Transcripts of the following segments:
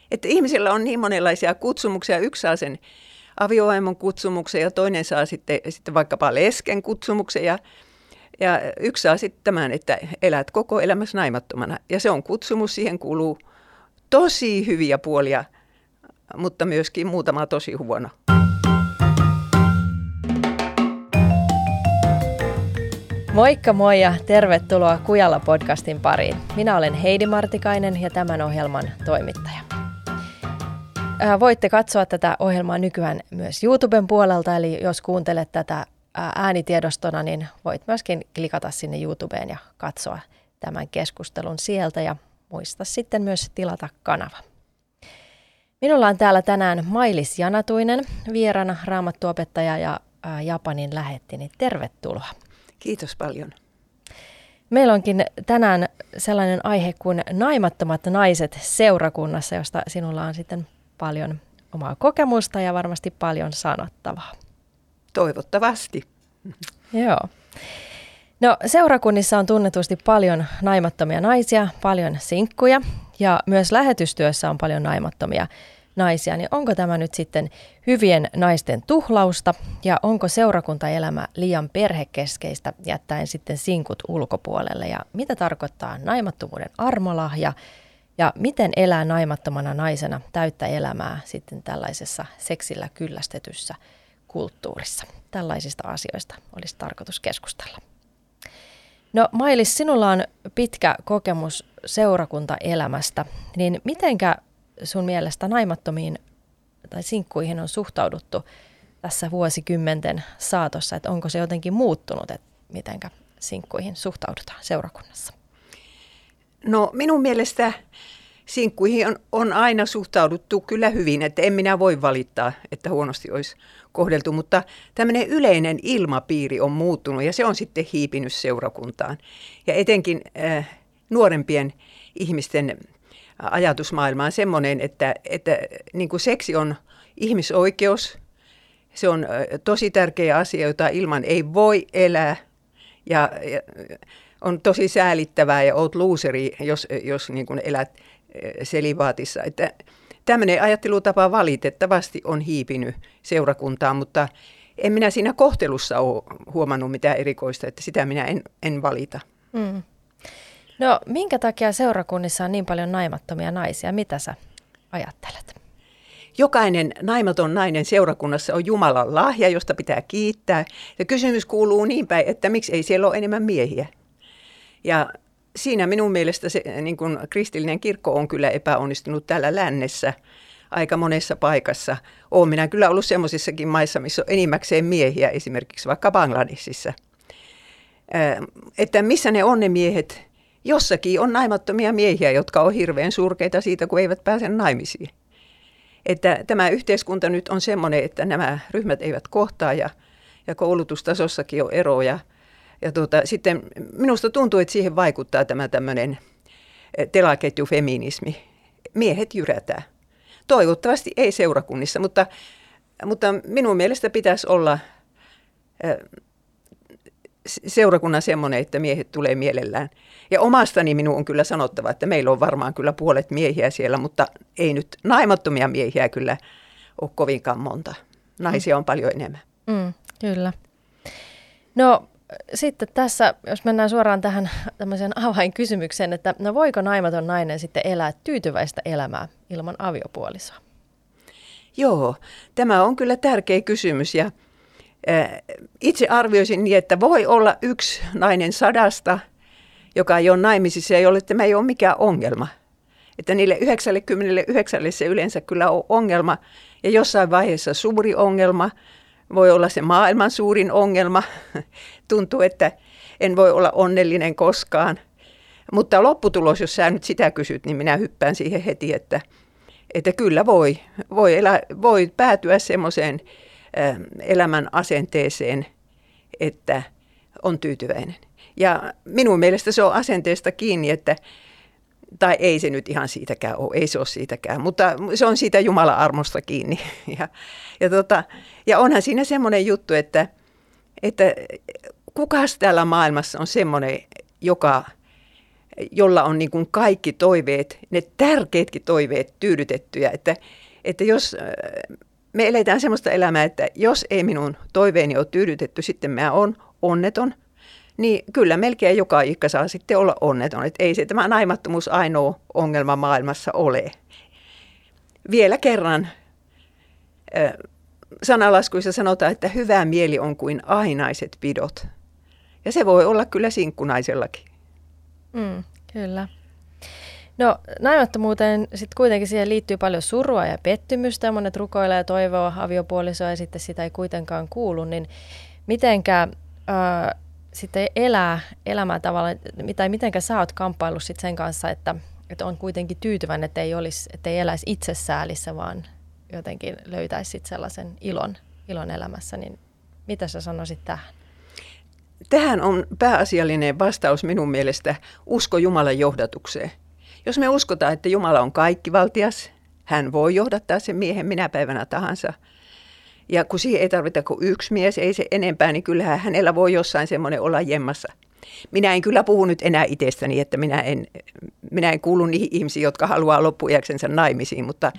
Että ihmisillä on niin monenlaisia kutsumuksia. Yksi saa sen aviovaimon kutsumuksen ja toinen saa sitten vaikkapa lesken kutsumuksen ja yksi saa sitten tämän, että elät koko elämässä naimattomana. Ja se on kutsumus, siihen kuuluu tosi hyviä puolia, mutta myöskin muutama tosi huono. Moikka moi ja tervetuloa Kujalla-podcastin pariin. Minä olen Heidi Martikainen ja tämän ohjelman toimittaja. Voitte katsoa tätä ohjelmaa nykyään myös YouTuben puolelta, eli jos kuuntelet tätä äänitiedostona, niin voit myöskin klikata sinne YouTubeen ja katsoa tämän keskustelun sieltä ja muista sitten myös tilata kanava. Minulla on täällä tänään Mailis Janatuinen, vieraana raamattuopettaja ja Japanin lähettini. Tervetuloa. Kiitos paljon. Meillä onkin tänään sellainen aihe kuin naimattomat naiset seurakunnassa, josta sinulla on sitten paljon omaa kokemusta ja varmasti paljon sanottavaa. Toivottavasti. Joo. No, seurakunnissa on tunnetusti paljon naimattomia naisia, paljon sinkkuja ja myös lähetystyössä on paljon naimattomia naisia. Niin onko tämä nyt sitten hyvien naisten tuhlausta ja onko seurakuntaelämä liian perhekeskeistä jättäen sitten sinkut ulkopuolelle? Ja mitä tarkoittaa naimattomuuden armolahja ja miten elää naimattomana naisena täyttä elämää sitten tällaisessa seksillä kyllästetyssä kulttuurissa? Tällaisista asioista olisi tarkoitus keskustella. No Mailis, sinulla on pitkä kokemus seurakuntaelämästä, niin mitenkä sun mielestä naimattomiin tai sinkkuihin on suhtauduttu tässä vuosikymmenten saatossa, että onko se jotenkin muuttunut, että mitenkä sinkkuihin suhtaudutaan seurakunnassa? No minun mielestä sinkkuihin on aina suhtauduttu kyllä hyvin, että en minä voi valittaa, että huonosti olisi kohdeltu, mutta tämmöinen yleinen ilmapiiri on muuttunut ja se on sitten hiipinyt seurakuntaan. Ja etenkin nuorempien ihmisten ajatusmaailma on semmoinen, että niin kuin seksi on ihmisoikeus, se on tosi tärkeä asia, jota ilman ei voi elää ja on tosi säälittävää ja oot luuseri, jos niin kuin elät selibaatissa. Että tämmöinen ajattelutapa valitettavasti on hiipinyt seurakuntaan, mutta en minä siinä kohtelussa ole huomannut mitään erikoista, että sitä minä en valita. Mm. No minkä takia seurakunnissa on niin paljon naimattomia naisia? Mitä sä ajattelet? Jokainen naimaton nainen seurakunnassa on Jumalan lahja, josta pitää kiittää. Ja kysymys kuuluu niin päin, että miksi ei siellä ole enemmän miehiä? Ja siinä minun mielestä se, niin kuin kristillinen kirkko on kyllä epäonnistunut täällä lännessä aika monessa paikassa. Olen minä kyllä ollut semmoisissakin maissa, missä on enimmäkseen miehiä, esimerkiksi vaikka Bangladesissa. Että missä ne on ne miehet? Jossakin on naimattomia miehiä, jotka on hirveän surkeita siitä, kun eivät pääse naimisiin. Että tämä yhteiskunta nyt on semmoinen, että nämä ryhmät eivät kohtaa ja koulutustasossakin on eroja. Ja sitten minusta tuntuu, että siihen vaikuttaa tämä tämmöinen telaketjufeminismi. Miehet jyrätään. Toivottavasti ei seurakunnissa, mutta minun mielestä pitäisi olla seurakunnan semmoinen, että miehet tulee mielellään. Ja omastani minun on kyllä sanottava, että meillä on varmaan kyllä puolet miehiä siellä, mutta ei nyt naimattomia miehiä kyllä ole kovinkaan monta. Naisia on paljon enemmän. Kyllä. No sitten tässä, jos mennään suoraan tähän tämmöiseen avainkysymykseen, että no voiko naimaton nainen sitten elää tyytyväistä elämää ilman aviopuolisoa? Joo, tämä on kyllä tärkeä kysymys ja itse arvioisin niin, että voi olla yksi nainen 100, joka ei ole naimisissa ja jolle tämä ei ole mikään ongelma. Että niille 99 se yleensä kyllä on ongelma ja jossain vaiheessa suuri ongelma. Voi olla se maailman suurin ongelma. Tuntuu, että en voi olla onnellinen koskaan. Mutta lopputulos, jos sä nyt sitä kysyt, niin minä hyppään siihen heti, että kyllä voi päätyä semmoiseen elämän asenteeseen, että on tyytyväinen. Ja minun mielestä se on asenteesta kiinni, tai ei se nyt ihan siitäkään ole, ei se ole siitäkään, mutta se on siitä Jumalan armosta kiinni. Ja onhan siinä semmoinen juttu, että kukas täällä maailmassa on semmoinen, joka jolla on niin kuin kaikki toiveet, ne tärkeätkin toiveet tyydytettyjä. Että jos me eletään sellaista elämää, että jos ei minun toiveeni ole tyydytetty, sitten mä oon onneton, niin kyllä melkein joka ikä saa sitten olla onneton. Että ei se tämä naimattomuus ainoa ongelma maailmassa ole. Vielä kerran sanalaskuissa sanotaan, että hyvä mieli on kuin ainaiset pidot. Ja se voi olla kyllä sinkkunaisellakin. Kyllä. No naimattomuuteen sitten kuitenkin siihen liittyy paljon surua ja pettymystä. Monet rukoilee ja toivoo aviopuolisoa ja sitten sitä ei kuitenkaan kuulu. Niin mitenkä sitten elää elämää tavallaan, tai mitenkä sä oot kamppaillut sit sen kanssa, että on kuitenkin tyytyväinen, että ei eläisi itsesäälissä, vaan jotenkin löytäisi sit sellaisen ilon elämässä. Niin mitä sä sanoisit tähän? Tähän on pääasiallinen vastaus minun mielestä usko Jumalan johdatukseen. Jos me uskotaan, että Jumala on kaikkivaltias, hän voi johdattaa sen miehen minä päivänä tahansa. Ja kun siihen ei tarvita kuin yksi mies, ei se enempää, niin kyllähän hänellä voi jossain semmoinen olla jemmassa. Minä en kyllä puhu nyt enää itsestäni, että minä en kuulu niihin ihmisiin, jotka haluaa loppuiäksensä naimisiin, mutta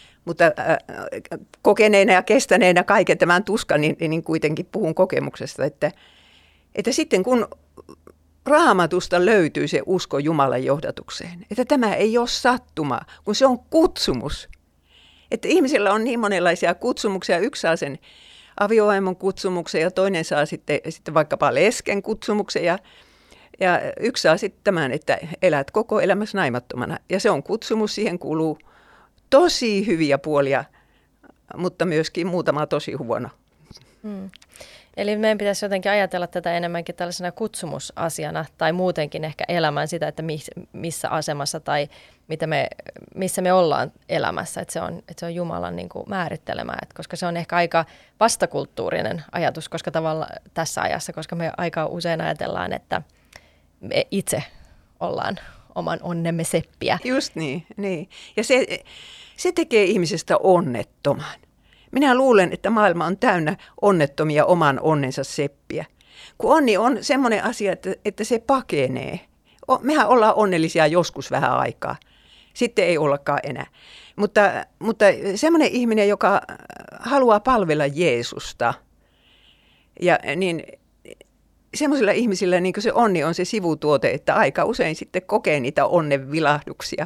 kokeneena ja kestäneena kaiken tämän tuskan, niin kuitenkin puhun kokemuksesta, että sitten kun Raamatusta löytyy se usko Jumalan johdatukseen, että tämä ei ole sattuma, kun se on kutsumus. Että ihmisillä on niin monenlaisia kutsumuksia. Yksi saa sen aviovaimon kutsumuksen ja toinen saa sitten vaikkapa lesken kutsumuksen ja yksi saa sitten tämän, että elät koko elämässä naimattomana. Ja se on kutsumus, siihen kuuluu tosi hyviä puolia, mutta myöskin muutama tosi huono. Eli meidän pitäisi jotenkin ajatella tätä enemmänkin tällaisena kutsumusasiana tai muutenkin ehkä elämään sitä, että missä asemassa tai missä me ollaan elämässä. Että se on Jumalan niin kuin määrittelemää, koska se on ehkä aika vastakulttuurinen ajatus koska tavallaan tässä ajassa, koska me aika usein ajatellaan, että me itse ollaan oman onnemme seppiä. Just niin. Ja se tekee ihmisestä onnettoman. Minä luulen, että maailma on täynnä onnettomia oman onnensa seppiä. Kun onni on semmoinen asia, että se pakenee. Mehän ollaan onnellisia joskus vähän aikaa. Sitten ei ollakaan enää. Mutta semmoinen ihminen, joka haluaa palvella Jeesusta, ja niin semmoisilla ihmisillä niin se onni on se sivutuote, että aika usein sitten kokee niitä onnen vilahduksia.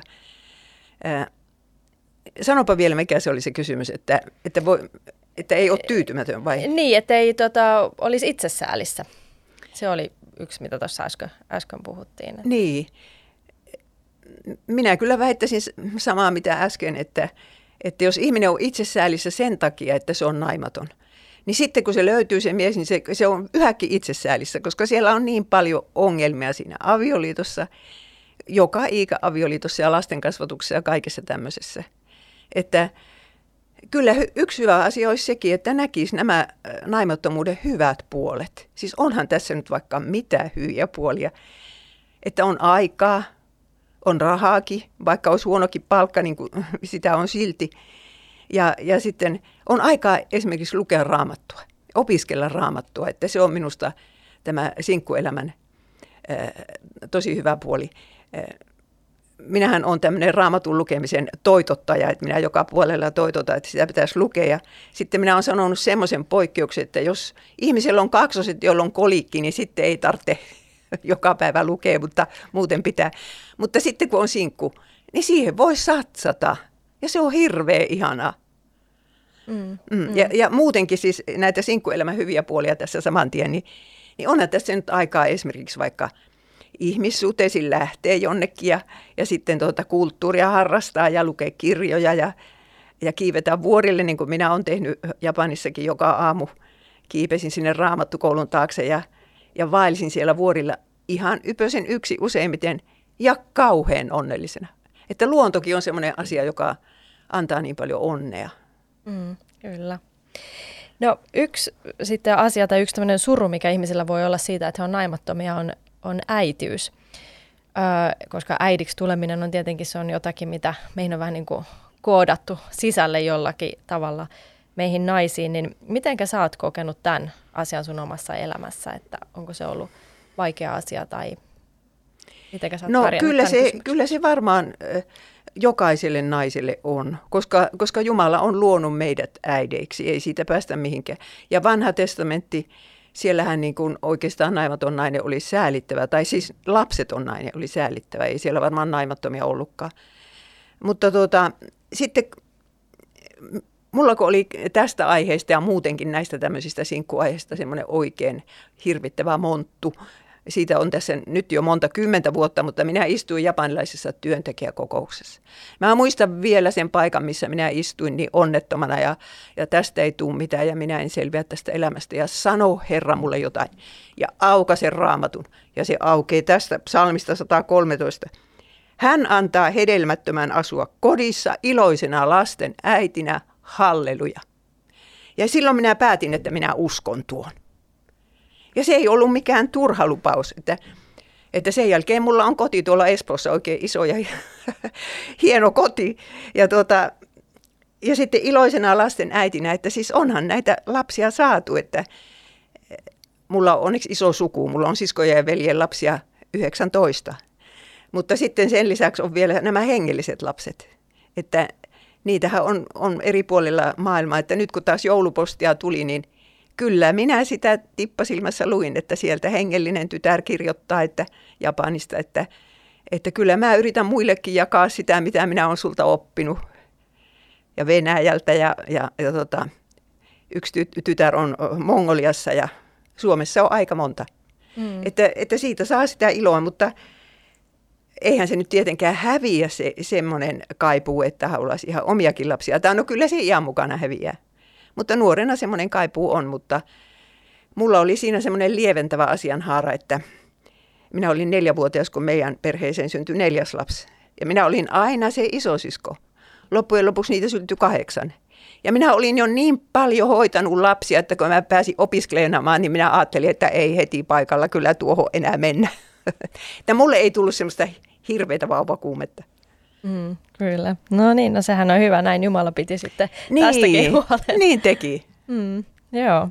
Sanopa vielä, mikä se oli se kysymys, että ei ole tyytymätön vai? Niin, että ei olisi itsesäälissä. Se oli yksi, mitä tuossa äsken puhuttiin. Niin. Minä kyllä väittäisin samaa mitä äsken, että jos ihminen on itsesäälissä sen takia, että se on naimaton, niin sitten kun se löytyy se mies, niin se on yhäkin itsesäälissä, koska siellä on niin paljon ongelmia siinä avioliitossa, joka ikä avioliitossa ja lastenkasvatuksessa ja kaikessa tämmöisessä. Että kyllä yksi hyvä asia olisi sekin, että näkisi nämä naimattomuuden hyvät puolet. Siis onhan tässä nyt vaikka mitä hyviä puolia, että on aikaa, on rahaakin, vaikka olisi huonokin palkka, niin kuin sitä on silti. Ja sitten on aikaa esimerkiksi lukea Raamattua, opiskella Raamattua, että se on minusta tämä sinkkuelämän tosi hyvä puoli. Minähän olen tämmöinen Raamatun lukemisen toitottaja, että minä joka puolella toitotan, että sitä pitäisi lukea. Ja sitten minä olen sanonut semmoisen poikkeuksen, että jos ihmisellä on kaksoset, jolla on kolikki, niin sitten ei tarvitse joka päivä lukea, mutta muuten pitää. Mutta sitten kun on sinkku, niin siihen voi satsata. Ja se on hirveän ihanaa. Ja muutenkin siis näitä sinkkuelämän hyviä puolia tässä saman tien, niin onhan tässä nyt aikaa esimerkiksi vaikka ihmissuhteisiin lähtee jonnekin ja sitten kulttuuria harrastaa ja lukee kirjoja ja kiivetään vuorille, niin kuin minä olen tehnyt Japanissakin joka aamu. Kiipesin sinne raamattukoulun taakse ja vaelsin siellä vuorilla ihan ypösen yksi useimmiten ja kauhean onnellisena. Että luontokin on semmoinen asia, joka antaa niin paljon onnea. Kyllä. No yksi sitten asia tai yksi tämmöinen suru, mikä ihmisillä voi olla siitä, että he on naimattomia, on äitiys. Koska äidiksi tuleminen on tietenkin se on jotakin, mitä meihin on vähän niin kuin koodattu sisälle jollakin tavalla meihin naisiin. Niin mitenkä sä oot kokenut tämän asian sun omassa elämässä, että onko se ollut vaikea asia tai Mitäkä sä oot No pärjännyt kyllä se varmaan jokaiselle naiselle on, koska Jumala on luonut meidät äideiksi, ei siitä päästä mihinkään. Ja vanha testamentti, siellähän niin kuin oikeastaan naimaton nainen oli säälittävä, tai siis lapseton nainen oli säälittävä, ei siellä varmaan naimattomia ollutkaan. Mutta sitten mulla kun oli tästä aiheesta ja muutenkin näistä tämmöisistä sinkkuaiheista semmoinen oikein hirvittävä monttu. Siitä on tässä nyt jo monta kymmentä vuotta, mutta minä istuin japanilaisessa työntekijäkokouksessa. Mä muistan vielä sen paikan, missä minä istuin niin onnettomana ja tästä ei tule mitään ja minä en selviä tästä elämästä. Ja sano Herra mulle jotain ja aukaise Raamatun. Ja se aukeaa tästä psalmista 113. Hän antaa hedelmättömän asua kodissa iloisena lasten äitinä. Halleluja. Ja silloin minä päätin, että minä uskon tuon. Ja se ei ollut mikään turha lupaus, että sen jälkeen mulla on koti tuolla Espoossa, oikein iso ja hieno koti. Ja sitten iloisena lasten äitinä, että siis onhan näitä lapsia saatu, että mulla on onneksi iso suku, mulla on siskoja ja veljen lapsia 19. Mutta sitten sen lisäksi on vielä nämä hengelliset lapset, että niitähän on eri puolilla maailmaa, että nyt kun taas joulupostia tuli, niin kyllä minä sitä tippasilmässä luin, että sieltä hengellinen tytär kirjoittaa, että Japanista, että kyllä mä yritän muillekin jakaa sitä, mitä minä olen sulta oppinut. Ja Venäjältä ja yksi tytär on Mongoliassa ja Suomessa on aika monta. Että siitä saa sitä iloa, mutta eihän se nyt tietenkään häviä semmoinen kaipuu, että haluaisi ihan omiakin lapsia. No kyllä se iän mukana häviää. Mutta nuorena semmoinen kaipuu on, mutta mulla oli siinä semmoinen lieventävä asianhaara, että minä olin 4-vuotias, kun meidän perheeseen syntyi 4. lapsi. Ja minä olin aina se isosisko. Loppujen lopuksi niitä syntyi 8. Ja minä olin jo niin paljon hoitanut lapsia, että kun mä pääsin opiskelemaan, niin minä ajattelin, että ei heti paikalla kyllä tuohon enää mennä. Että mulle ei tullut semmoista hirveätä vauvakuumetta. Kyllä. No niin, no sehän on hyvä. Näin Jumala piti sitten tästäkin huolen. Niin teki. Joo.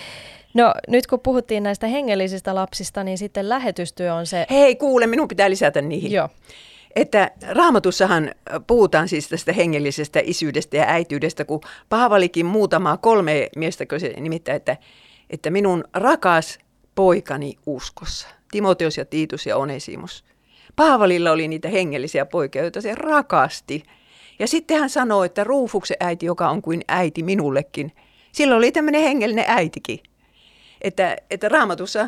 No nyt kun puhuttiin näistä hengellisistä lapsista, niin sitten lähetystyö on se... Hei kuule, minun pitää lisätä niihin. Joo. Että Raamatussahan puhutaan siis tästä hengellisestä isyydestä ja äityydestä, kun Paavalikin muutamaa 3 miestä, kun se nimittäin, että minun rakas poikani uskossa. Timoteus ja Tiitus ja Onesimus. Paavalilla oli niitä hengellisiä poikia, joita se rakasti. Ja sitten hän sanoo, että Ruufuksen äiti, joka on kuin äiti minullekin, sillä oli tämmöinen hengellinen äitikin. Että Raamatussa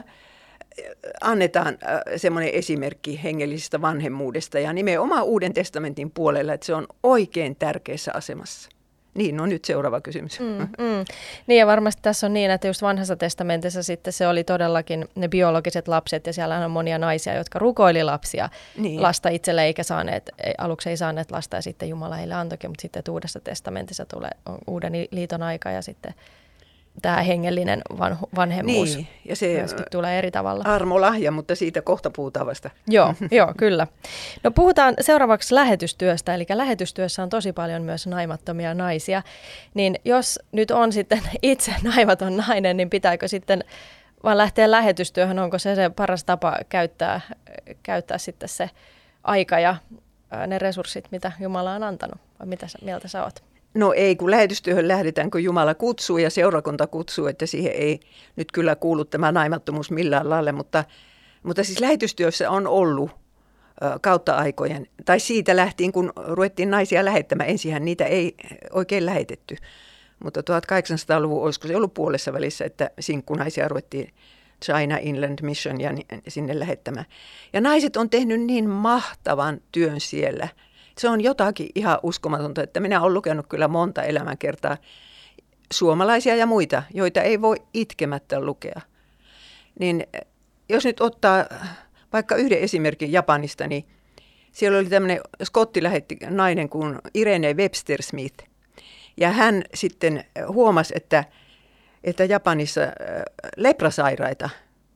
annetaan semmoinen esimerkki hengellisestä vanhemmuudesta ja nimenomaan Uuden testamentin puolella, että se on oikein tärkeässä asemassa. Niin, no nyt seuraava kysymys. Niin ja varmasti tässä on niin, että just vanhassa testamentissa sitten se oli todellakin ne biologiset lapset ja siellä on monia naisia, jotka rukoili lapsia lasta itselle eikä aluksi ei saaneet lasta ja sitten Jumala heille antoikin, mutta sitten Uudessa testamentissa tulee Uuden liiton aika ja sitten tämä hengellinen vanhemmuus ja se myöskin tulee eri tavalla. Armolahja, mutta siitä kohta puhutaan vasta. Joo, kyllä. No puhutaan seuraavaksi lähetystyöstä, eli lähetystyössä on tosi paljon myös naimattomia naisia. Niin jos nyt on sitten itse naimaton nainen, niin pitääkö sitten vaan lähteä lähetystyöhön? Onko se paras tapa käyttää sitten se aika ja ne resurssit, mitä Jumala on antanut? Vai mitä mieltä sä oot? No ei, kun lähetystyöhön lähdetään, kun Jumala kutsuu ja seurakunta kutsuu, että siihen ei nyt kyllä kuulu tämä naimattomuus millään lailla, mutta siis lähetystyössä on ollut kautta aikojen, tai siitä lähtien, kun ruvettiin naisia lähettämään, ensinhän niitä ei oikein lähetetty, mutta 1800-luvun olisiko se ollut puolessa välissä, että sinkkunaisia ruvettiin China Inland Mission ja sinne lähettämään. Ja naiset on tehnyt niin mahtavan työn siellä. Se on jotakin ihan uskomatonta, että minä olen lukenut kyllä monta elämänkertaa suomalaisia ja muita, joita ei voi itkemättä lukea. Niin jos nyt ottaa vaikka yhden esimerkin Japanista, niin siellä oli tämmöinen skottilähetti nainen kuin Irene Webster Smith. Ja hän sitten huomasi, että Japanissa leprasairaita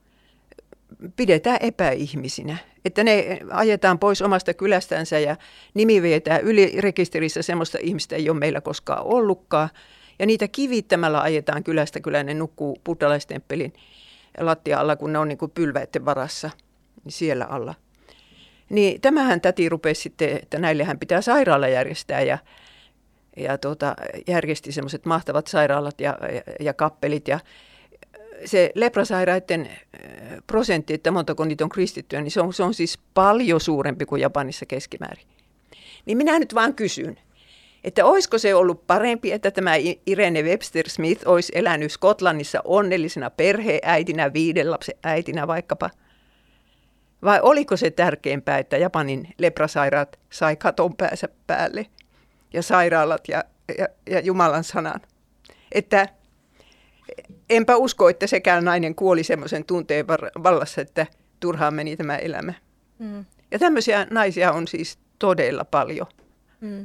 pidetään epäihmisinä. Että ne ajetaan pois omasta kylästänsä ja nimi vietään ylirekisterissä, semmoista ihmistä ei ole meillä koskaan ollutkaan. Ja niitä kivittämällä ajetaan kylästä kylään, ne nukkuu buddhalaistemppelin lattia alla, kun ne on niin kuin pylväiden varassa siellä alla. Niin tämähän täti rupesi sitten, että näillehän pitää sairaala järjestää ja järjesti semmoiset mahtavat sairaalat ja kappelit. Ja se leprasairaiden prosentti, että montako niitä on kristittyjä, niin se on siis paljon suurempi kuin Japanissa keskimäärin. Niin minä nyt vaan kysyn, että olisiko se ollut parempi, että tämä Irene Webster Smith olisi elänyt Skotlannissa onnellisena perheäitinä, 5 lapsen äitinä vaikkapa? Vai oliko se tärkeämpää, että Japanin leprasairaat sai katon päänsä päälle ja sairaalat ja Jumalan sanan? Että enpä usko, että sekään nainen kuoli semmoisen tunteen vallassa, että turhaan meni tämä elämä. Mm. Ja tämmöisiä naisia on siis todella paljon. Mm.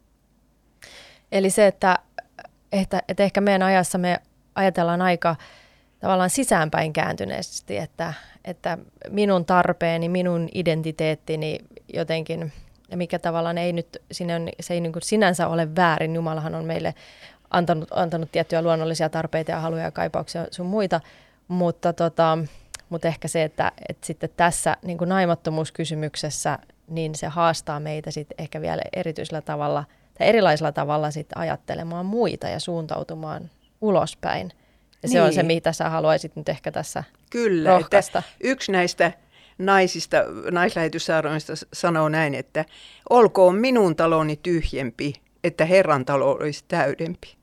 Eli se, että ehkä meidän ajassa me ajatellaan aika tavallaan sisäänpäin kääntyneesti, että minun tarpeeni, minun identiteettini jotenkin, ja mikä tavallaan ei nyt, se ei niin kuin sinänsä ole väärin. Jumalahan on meille antanut tiettyjä luonnollisia tarpeita ja haluja ja kaipauksia sun muita, mutta ehkä se, että sitten tässä niin kuin naimattomuuskysymyksessä, niin se haastaa meitä sitten ehkä vielä erityisellä tavalla tai erilaisella tavalla sitten ajattelemaan muita ja suuntautumaan ulospäin. Ja se on se, mitä sä haluaisit nyt ehkä tässä rohkaista. Että yksi näistä naislähetyssaaroista sanoo näin, että olkoon minun taloni tyhjempi, että Herran talo olisi täydempi.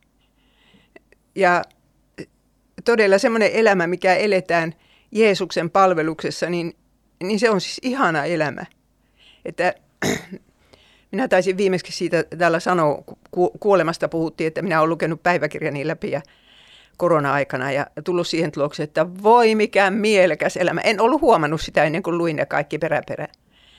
Ja todella semmoinen elämä, mikä eletään Jeesuksen palveluksessa, niin se on siis ihana elämä. Että minä taisin viimeksi siitä täällä sanoa, kuolemasta puhuttiin, että minä olen lukenut päiväkirjani läpi ja korona-aikana ja tullut siihen tulokseen, että voi mikä mielekäs elämä. En ollut huomannut sitä ennen kuin luin ne kaikki peräperään.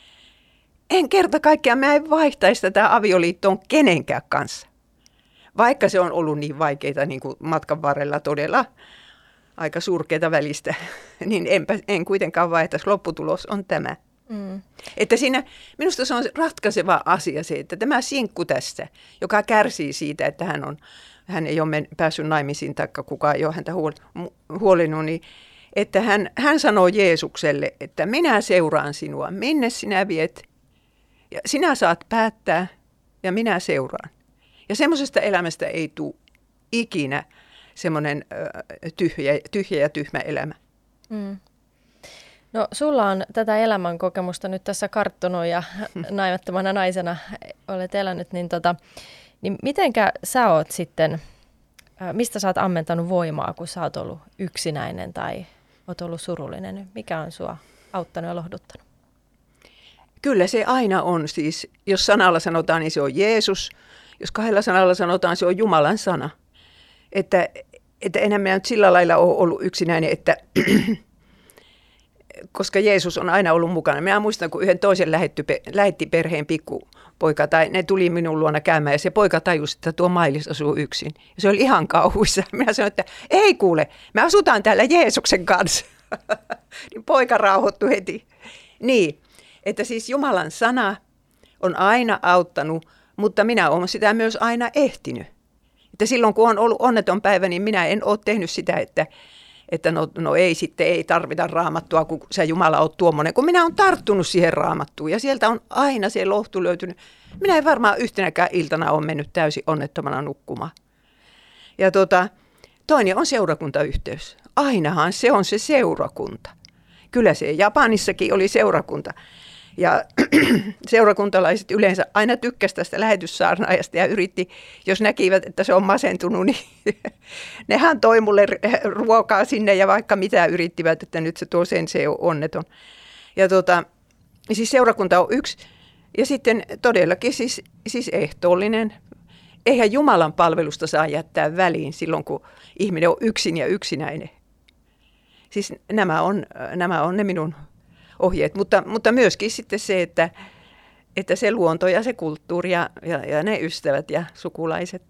En kerta kaikkiaan, mä en vaihtaisi tätä avioliittoon kenenkään kanssa. Vaikka se on ollut niin vaikeita niin kuin matkan varrella todella aika surkeita välistä, niin en kuitenkaan vaihtaisi. Lopputulos on tämä. Mm. Että siinä minusta se on ratkaiseva asia se, että tämä sinkku tässä, joka kärsii siitä, että hän ei ole päässyt naimisiin tai kukaan ei ole häntä huolinut, niin että hän sanoo Jeesukselle, että minä seuraan sinua, minne sinä viet, ja sinä saat päättää ja minä seuraan. Ja semmoisesta elämästä ei tule ikinä semmoinen tyhjä ja tyhmä elämä. Mm. No sulla on tätä elämän kokemusta nyt tässä karttunut ja naimattomana naisena olet elänyt, niin mitenkä sä oot sitten, mistä sä oot ammentanut voimaa, kun sä oot ollut yksinäinen tai oot ollut surullinen? Mikä on sua auttanut ja lohduttanut? Kyllä se aina on siis, jos sanalla sanotaan, niin se on Jeesus. Jos 2 sanalla sanotaan, se on Jumalan sana. Että enää minä nyt sillä lailla ole ollut yksinäinen, että koska Jeesus on aina ollut mukana. Minä muistan, kun yhden toisen lähetti perheen pikkupoika, tai ne tuli minun luona käymään, ja se poika tajusi, että tuo Mailis asuu yksin. Ja se oli ihan kauhuissa. Minä sanoin, että ei kuule, me asutaan täällä Jeesuksen kanssa. Niin poika rauhoittui heti. Niin, että siis Jumalan sana on aina auttanut, mutta minä olen sitä myös aina ehtinyt. Että silloin, kun on ollut onneton päivä, niin minä en ole tehnyt sitä, että no ei sitten, ei tarvita raamattua, kun sä Jumala oot tuommoinen, kun minä olen tarttunut siihen raamattuun ja sieltä on aina se lohtu löytynyt. Minä en varmaan yhtenäkään iltana ole mennyt täysin onnettomana nukkumaan. Ja toinen on seurakuntayhteys. Ainahan se on se seurakunta. Kyllä se Japanissakin oli seurakunta. Ja seurakuntalaiset yleensä aina tykkäsivät tästä lähetyssaarnaajasta ja yritti, jos näkivät, että se on masentunut, niin nehän toi mulle ruokaa sinne ja vaikka mitä yrittivät, että nyt se tuo se on onneton. Ja siis seurakunta on yksi ja sitten todellakin siis ehtoollinen. Eihän Jumalan palvelusta saa jättää väliin silloin, kun ihminen on yksin ja yksinäinen. Siis nämä on ne minun ohjeet, mutta myöskin sitten se, että se luonto ja se kulttuuri ja ne ystävät ja sukulaiset.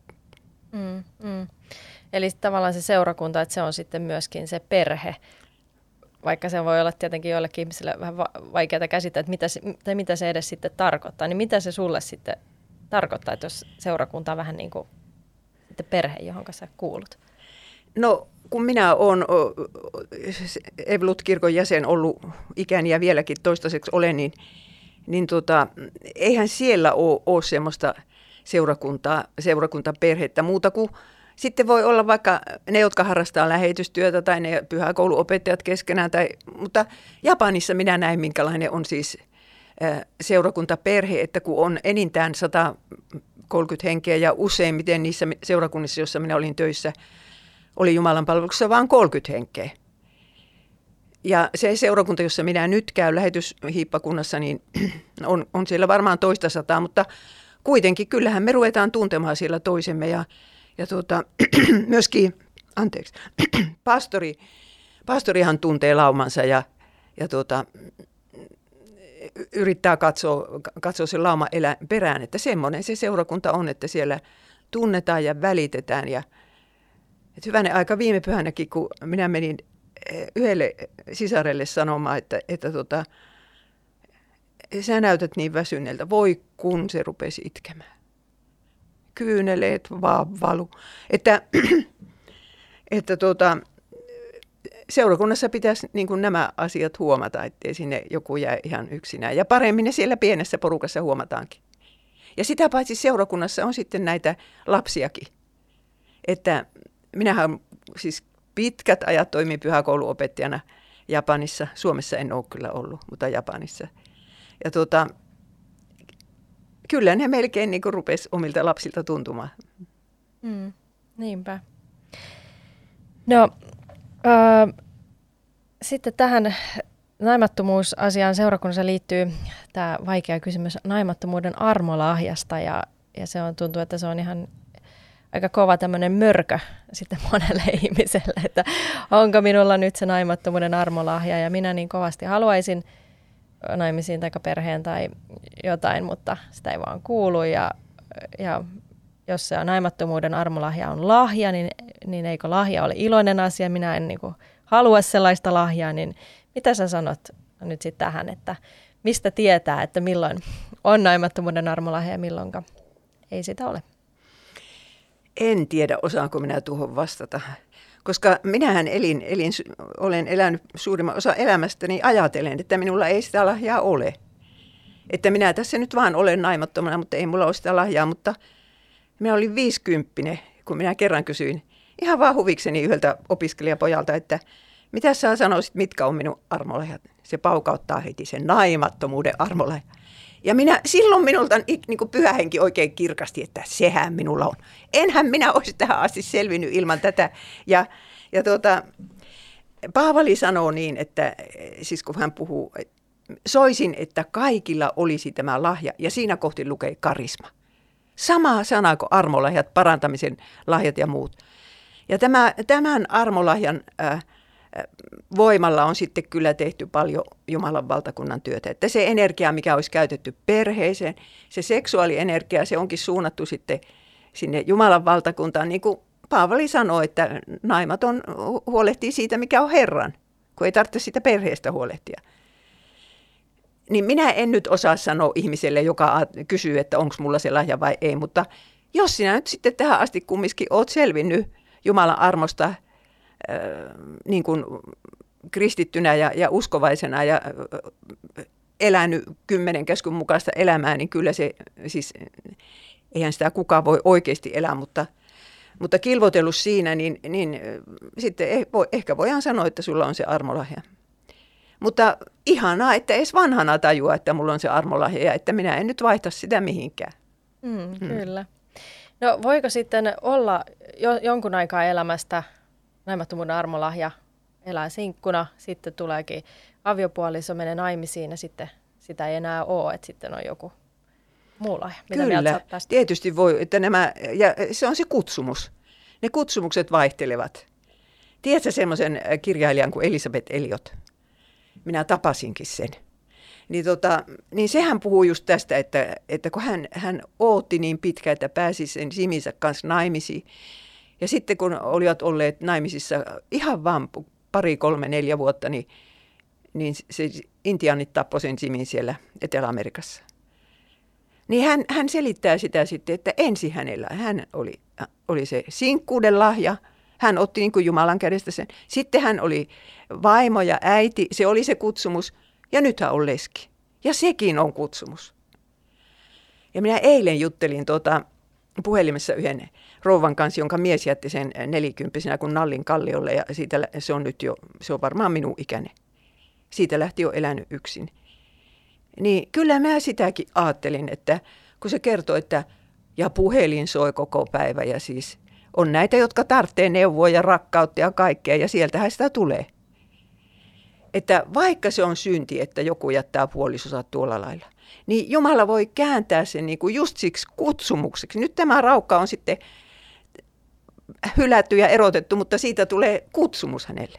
Eli tavallaan se seurakunta, että se on sitten myöskin se perhe, vaikka se voi olla tietenkin joillekin ihmisille vähän vaikeaa käsittää, että mitä se edes sitten tarkoittaa, niin mitä se sulle sitten tarkoittaa, että jos seurakunta on vähän niin kuin perhe, johon sä kuulut? No kun minä olen Evolut-kirkon jäsen ollut ikäni ja vieläkin toistaiseksi olen, niin eihän siellä ole semmoista seurakuntaperhettä muuta kuin sitten voi olla vaikka ne, jotka harrastaa lähetystyötä tai ne pyhäkouluopettajat keskenään. Mutta Japanissa minä näin, minkälainen on siis seurakuntaperhe, että kun on enintään 130 henkeä ja useimmiten niissä seurakunnissa, joissa minä olin töissä, oli Jumalan palveluksessa vain 30 henkeä. Ja se seurakunta, jossa minä nyt käyn lähetyshiippakunnassa, niin on siellä varmaan 200, mutta kuitenkin kyllähän me ruvetaan tuntemaan siellä toisemme ja myöskin, pastorihan tuntee laumansa ja yrittää katsoa sen lauman perään, että semmoinen se seurakunta on, että siellä tunnetaan ja välitetään. Ja, että hyvänen aika viime pyhänäkin, kun minä menin yhdelle sisarelle sanomaan, että sä näytät niin väsyneeltä, voi kun se rupesi itkemään. Kyyneleet vaan valu. Että seurakunnassa pitäisi niin kuin nämä asiat huomata, ettei sinne joku jää ihan yksinään. Ja paremmin ne siellä pienessä porukassa huomataankin. Ja sitä paitsi seurakunnassa on sitten näitä lapsiakin. Että minähän siis pitkät ajat toimin pyhäkouluopettajana Japanissa. Suomessa en ole kyllä ollut, mutta Japanissa. Ja kyllä ne melkein niin kuin rupesi omilta lapsilta tuntumaan. Niinpä. No, sitten tähän naimattomuusasiaan seurakunnassa liittyy tämä vaikea kysymys naimattomuuden armolahjasta. Ja se tuntuu, että se on ihan aika kova tämmöinen mörkö sitten monelle ihmiselle, että onko minulla nyt se naimattomuuden armolahja. Ja minä niin kovasti haluaisin naimisiin tai perheen tai jotain, mutta sitä ei vaan kuulu. Ja jos se naimattomuuden armolahja on lahja, niin eikö lahja ole iloinen asia? Minä en halua sellaista lahjaa, niin mitä sä sanot nyt sitten tähän, että mistä tietää, että milloin on naimattomuuden armolahja ja milloinka ei sitä ole? En tiedä, osaanko minä tuohon vastata, koska minähän olen elänyt suurimman osa elämästäni ajatellen, että minulla ei sitä lahjaa ole. Että minä tässä nyt vaan olen naimattomana, mutta ei mulla ole sitä lahjaa, mutta minä olin 50, kun minä kerran kysyin ihan vaan huvikseni yhdeltä opiskelijapojalta, että mitä sä sanoisit, mitkä on minun armolahjat? Se paukauttaa heti sen naimattomuuden armolahja. Ja silloin minulta niin kuin pyhä henki oikein kirkasti, että sehän minulla on. Enhän minä olisi tähän asti selvinnyt ilman tätä. Ja Paavali sanoo niin, että siis kun hän puhuu, soisin, että kaikilla olisi tämä lahja, ja siinä kohti lukee karisma. Sama sana kuin armolahjat, parantamisen lahjat ja muut. Ja tämän armolahjan voimalla on sitten kyllä tehty paljon Jumalan valtakunnan työtä. Että se energia, mikä olisi käytetty perheeseen, se seksuaalienergia, se onkin suunnattu sitten sinne Jumalan valtakuntaan. Niin kuin Paavali sanoi, että naimaton huolehtii siitä, mikä on Herran, kun ei tarvitse sitä perheestä huolehtia. Niin minä en nyt osaa sanoa ihmiselle, joka kysyy, että onko mulla se lahja vai ei, mutta jos sinä nyt sitten tähän asti kumminkin olet selvinnyt Jumalan armosta niin kuin kristittynä ja uskovaisena ja elänyt 10 käskyn mukaista elämää, niin kyllä se, siis eihän sitä kukaan voi oikeasti elää, mutta kilvotellut siinä, niin sitten ehkä voidaan sanoa, että sulla on se armolahja. Mutta ihanaa, että edes vanhana tajua, että mulla on se armolahja ja että minä en nyt vaihta sitä mihinkään. Kyllä. No voiko sitten olla jonkun aikaa elämästä naimattomuuden armolahja, elää sinkkuna, sitten tuleekin aviopuoliso, menee naimisiin ja sitten sitä ei enää ole, että sitten on joku muu lahja. Mitä kyllä, tietysti voi, että ja se on se kutsumus. Ne kutsumukset vaihtelevat. Tiedätkö semmoisen kirjailijan kuin Elisabeth Elliot? Minä tapasinkin sen. Niin sehän puhuu just tästä, että kun hän ootti niin pitkään, että pääsi sen Jiminsä kanssa naimisiin. Ja sitten kun olivat olleet naimisissa ihan vaan 2, 3, 4 vuotta, niin se intiaanit tappoi sen Jimin siellä Etelä-Amerikassa. Niin hän selittää sitä sitten, että ensin hän oli se sinkkuuden lahja. Hän otti niin kuin Jumalan kädestä sen. Sitten hän oli vaimo ja äiti, se oli se kutsumus. Ja nyt hän on leski. Ja sekin on kutsumus. Ja minä eilen juttelin puhelimessa yhden rouvan kanssa, jonka mies jätti sen 40-vuotiaana kuin nallin kalliolle, ja siitä, se on varmaan minun ikäinen. Siitä lähti jo elänyt yksin. Niin kyllä mä sitäkin ajattelin, että kun se kertoo, että ja puhelin soi koko päivä, ja siis on näitä, jotka tarvitsee neuvoa ja rakkautta ja kaikkea, ja sieltähän sitä tulee. Että vaikka se on synti, että joku jättää puolisonsa tuolla lailla, niin Jumala voi kääntää sen niin kuin just siksi kutsumukseksi. Nyt tämä raukka on sitten hylätty ja erotettu, mutta siitä tulee kutsumus hänelle.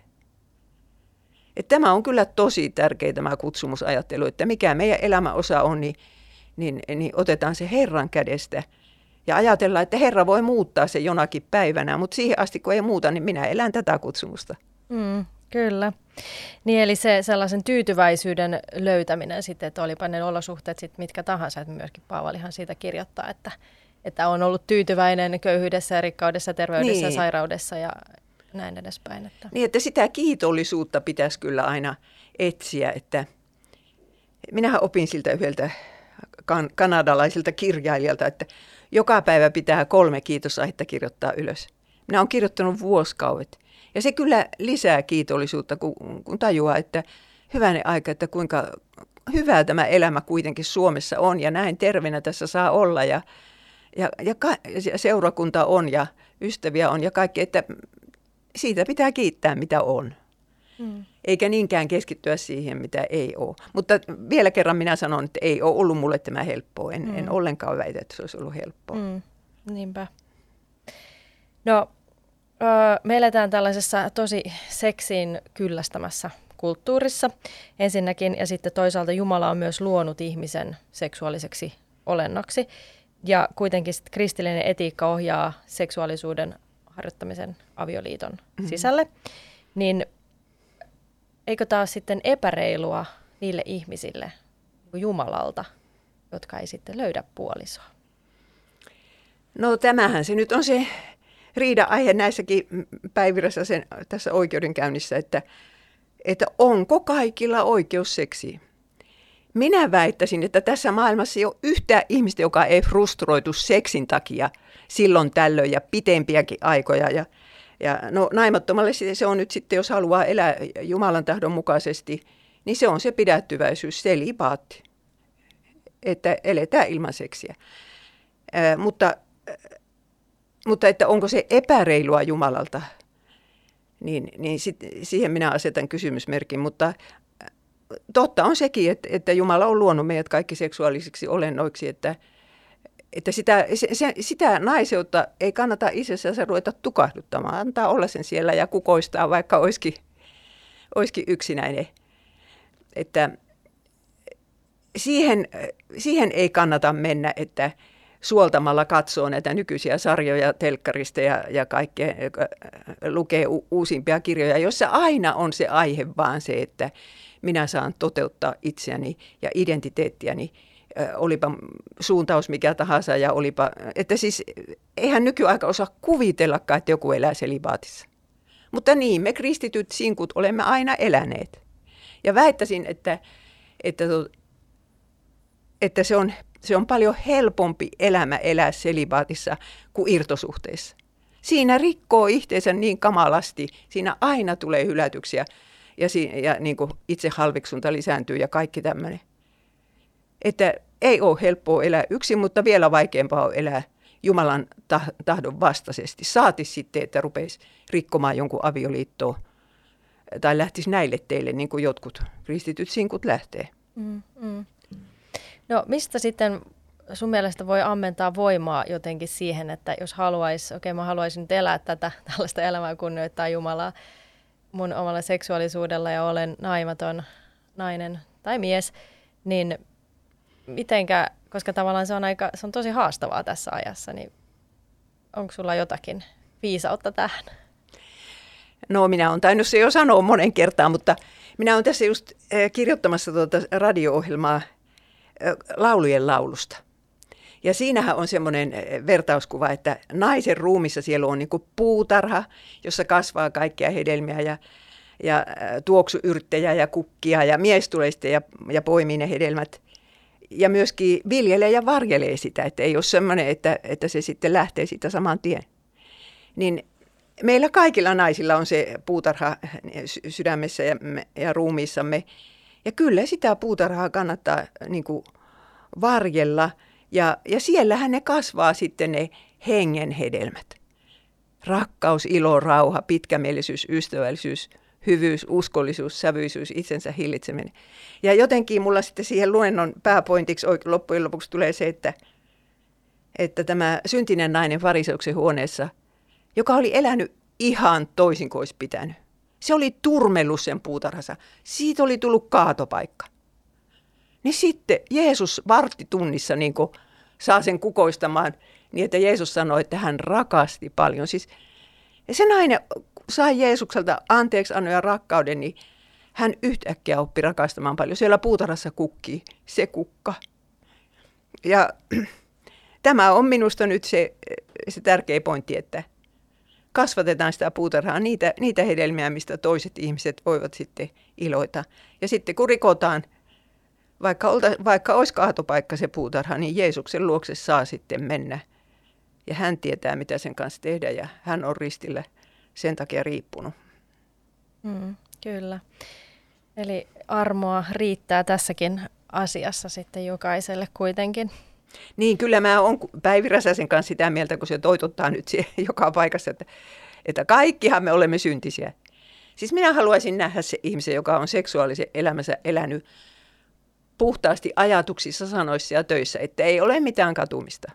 Että tämä on kyllä tosi tärkeä tämä kutsumusajattelu, että mikä meidän elämäosa on, niin otetaan se Herran kädestä ja ajatellaan, että Herra voi muuttaa se jonakin päivänä, mutta siihen asti kun ei muuta, niin minä elän tätä kutsumusta. Kyllä. Niin eli se sellaisen tyytyväisyyden löytäminen sitten, että olipa ne olosuhteet sitten mitkä tahansa, että myöskin Paavalihan siitä kirjoittaa, että on ollut tyytyväinen köyhyydessä ja rikkaudessa, terveydessä ja sairaudessa ja näin edespäin. Että. Niin, että sitä kiitollisuutta pitäisi kyllä aina etsiä, että minähän opin siltä yhdeltä kanadalaiselta kirjailijalta, että joka päivä pitää 3 kiitosaihetta kirjoittaa ylös. Minä olen kirjoittanut vuosikaudet. Ja se kyllä lisää kiitollisuutta, kun tajuaa, että hyvänen aika, että kuinka hyvää tämä elämä kuitenkin Suomessa on ja näin terveenä tässä saa olla ja seurakunta on ja ystäviä on ja kaikki, että siitä pitää kiittää mitä on. Eikä niinkään keskittyä siihen, mitä ei ole. Mutta vielä kerran minä sanon, että ei ole ollut mulle tämä helppoa. En ollenkaan väitä, että se olisi ollut helppoa. Niinpä. No, me eletään tällaisessa tosi seksiin kyllästämässä kulttuurissa ensinnäkin, ja sitten toisaalta Jumala on myös luonut ihmisen seksuaaliseksi olennoksi. Ja kuitenkin kristillinen etiikka ohjaa seksuaalisuuden harjoittamisen avioliiton sisälle. Niin eikö taas sitten epäreilua niille ihmisille Jumalalta, jotka ei sitten löydä puolisoa? No tämähän se nyt on se riida-aihe näissäkin päivirässä tässä oikeudenkäynnissä, että onko kaikilla oikeus seksiin. Minä väittäisin, että tässä maailmassa ei ole yhtään ihmistä, joka ei frustroitu seksin takia silloin tällöin ja pitempiäkin aikoja. Ja no, naimattomalle se on nyt sitten, jos haluaa elää Jumalan tahdon mukaisesti, niin se on se pidättyväisyys, selibaatti, että eletään ilman seksiä. Mutta että onko se epäreilua Jumalalta, niin siihen minä asetan kysymysmerkin. Mutta totta on sekin, että Jumala on luonut meidät kaikki seksuaalisiksi olennoiksi, että sitä naiseutta ei kannata itsessään ruveta tukahduttamaan. Antaa olla sen siellä ja kukoistaa, vaikka olisikin yksinäinen. Että siihen ei kannata mennä, että suoltamalla katsoo näitä nykyisiä sarjoja telkkarista ja kaikkea, lukee uusimpia kirjoja, jossa aina on se aihe vaan se, että minä saan toteuttaa itseäni ja identiteettiäni, olipa suuntaus mikä tahansa ja olipa, että siis eihän nykyaika osaa kuvitellakaan, että joku elää selibaatissa. Mutta niin, me kristityt sinkut olemme aina eläneet. Ja väittäisin, että se on paljon helpompi elämä elää selibaatissa kuin irtosuhteissa. Siinä rikkoo itseensä niin kamalasti, siinä aina tulee hylätyksiä ja niin kuin itsehalveksunta lisääntyy ja kaikki tämmöinen. Että ei ole helppoa elää yksin, mutta vielä vaikeampaa on elää Jumalan tahdon vastaisesti. Saati sitten, että rupeisi rikkomaan jonkun avioliittoa tai lähtisi näille teille, niin kuin jotkut kristityt sinkut lähtee. No mistä sitten sun mielestä voi ammentaa voimaa jotenkin siihen, että jos mä haluaisin nyt elää tällaista elämää, kunnioittaa Jumalaa mun omalla seksuaalisuudella ja olen naimaton nainen tai mies, niin mitenkä, koska tavallaan se on tosi haastavaa tässä ajassa, niin onko sulla jotakin viisautta tähän? No minä olen tainnut se jo sanoa monen kertaan, mutta minä olen tässä just kirjoittamassa radio-ohjelmaa laulujen laulusta. Ja siinähän on semmoinen vertauskuva, että naisen ruumissa siellä on niin kuin puutarha, jossa kasvaa kaikkia hedelmiä ja tuoksuyrttejä ja kukkia ja mies tulee sitten ja poimii ne hedelmät. Ja myöskin viljelee ja varjelee sitä, että ei ole semmoinen, että se sitten lähtee siitä saman tien. Niin meillä kaikilla naisilla on se puutarha sydämessä ja ruumiissamme. Ja kyllä sitä puutarhaa kannattaa niin kuin varjella. Ja siellähän ne kasvaa sitten ne hengen hedelmät. Rakkaus, ilo, rauha, pitkämielisyys, ystävällisyys, hyvyys, uskollisuus, sävyisyys, itsensä hillitseminen. Ja jotenkin mulla sitten siihen luennon pääpointiksi loppujen lopuksi tulee se, että tämä syntinen nainen fariseuksen huoneessa, joka oli elänyt ihan toisin kuin olisi pitänyt. Se oli turmellut sen puutarhansa. Siitä oli tullut kaatopaikka. Niin sitten Jeesus varttitunnissa niin kuin saa sen kukoistamaan niin, että Jeesus sanoi, että hän rakasti paljon. Siis se nainen sai Jeesukselta anteeksiannon ja rakkauden, niin hän yhtäkkiä oppi rakastamaan paljon. Siellä puutarhassa kukkii se kukka. Ja tämä on minusta nyt se tärkeä pointti, että kasvatetaan sitä puutarhaa, niitä hedelmiä, mistä toiset ihmiset voivat sitten iloita. Ja sitten kun rikotaan, vaikka olisi kaatopaikka se puutarha, niin Jeesuksen luokse saa sitten mennä. Ja hän tietää, mitä sen kanssa tehdä, ja hän on ristillä sen takia riippunut. Kyllä. Eli armoa riittää tässäkin asiassa sitten jokaiselle kuitenkin. Niin, kyllä mä oon Päivi Räsäsen kanssa sitä mieltä, kun se toitottaa nyt joka paikassa, että kaikkihan me olemme syntisiä. Siis minä haluaisin nähdä se ihmisen, joka on seksuaalisen elämänsä elänyt puhtaasti ajatuksissa, sanoissa ja töissä, että ei ole mitään katumista.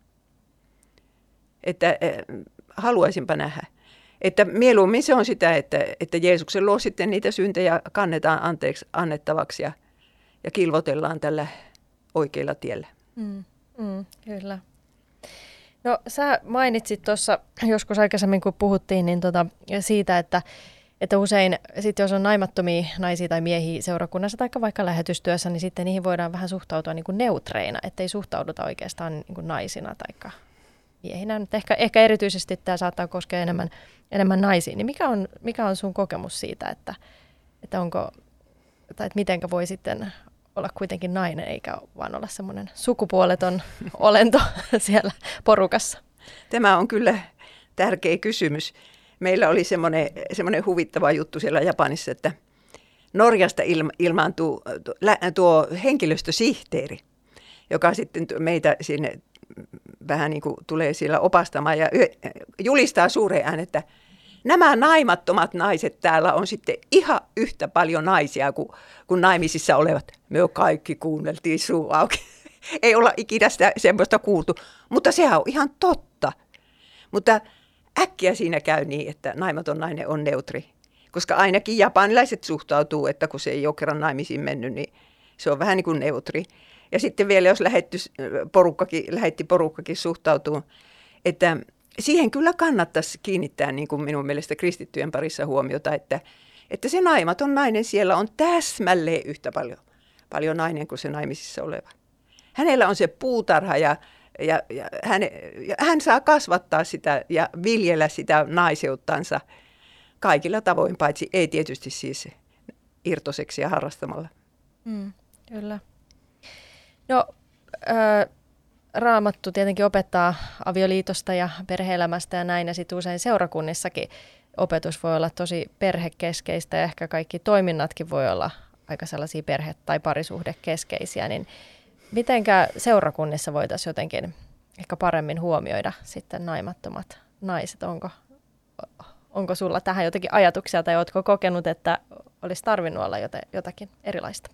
Että haluaisinpa nähdä. Että mieluummin se on sitä, että Jeesuksen luo sitten niitä syntejä kannetaan anteeksi annettavaksi ja kilvotellaan tällä oikealla tiellä. Kyllä. No sä mainitsit tuossa joskus aikaisemmin, kun puhuttiin niin siitä, että usein sitten jos on naimattomia naisia tai miehiä seurakunnassa tai vaikka lähetystyössä, niin sitten niihin voidaan vähän suhtautua niin kuin neutreina, ettei suhtauduta oikeastaan niin kuin naisina tai miehinä. Nyt ehkä erityisesti tämä saattaa koskea enemmän naisia. Niin mikä on sun kokemus siitä, että onko, tai että mitenkä voi sitten olla kuitenkin nainen, eikä vaan olla semmoinen sukupuoleton olento siellä porukassa? Tämä on kyllä tärkeä kysymys. Meillä oli semmoinen huvittava juttu siellä Japanissa, että Norjasta ilmaantuu tuo henkilöstösihteeri, joka sitten meitä sinne vähän niin kuin tulee siellä opastamaan ja julistaa suureen äänen, että nämä naimattomat naiset täällä on sitten ihan yhtä paljon naisia kuin naimisissa olevat. Me kaikki kuunneltiin suu auki. Ei olla ikinä sitä semmoista kuultu, mutta sehän on ihan totta. Mutta äkkiä siinä käy niin, että naimaton nainen on neutri. Koska ainakin japanilaiset suhtautuu, että kun se ei ole kerran naimisiin mennyt, niin se on vähän niin kuin neutri. Ja sitten vielä, jos lähetti porukkakin suhtautuu, että siihen kyllä kannattaisi kiinnittää niin kuin minun mielestä kristittyjen parissa huomiota, että se naimaton nainen siellä on täsmälleen yhtä paljon nainen kuin se naimisissa oleva. Hänellä on se puutarha ja hän saa kasvattaa sitä ja viljellä sitä naiseuttansa kaikilla tavoin, paitsi ei tietysti siis irtoseksiä harrastamalla. Kyllä. No, Raamattu tietenkin opettaa avioliitosta ja perhe-elämästä ja näin, ja sitten usein seurakunnissakin opetus voi olla tosi perhekeskeistä, ja ehkä kaikki toiminnatkin voi olla aika sellaisia perhe- tai parisuhdekeskeisiä, niin mitenkä seurakunnissa voitaisiin jotenkin ehkä paremmin huomioida sitten naimattomat naiset? Onko sulla tähän jotakin ajatuksia, tai oletko kokenut, että olisi tarvinnut olla jotakin erilaista?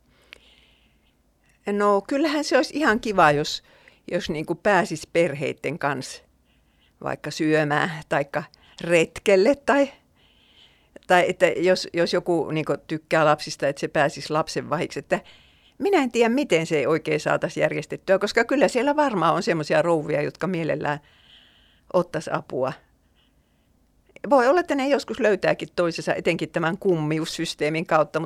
No kyllähän se olisi ihan kiva, jos niin kuin pääsisi perheiden kanssa vaikka syömään tai retkelle tai että jos joku niin kuin tykkää lapsista, että se pääsisi lapsen vahiksi. Että minä en tiedä, miten se oikein saataisiin järjestettyä, koska kyllä siellä varmaan on semmoisia rouvia, jotka mielellään ottaisi apua. Voi olla, että ne joskus löytääkin toisensa, etenkin tämän kummiussysteemin kautta,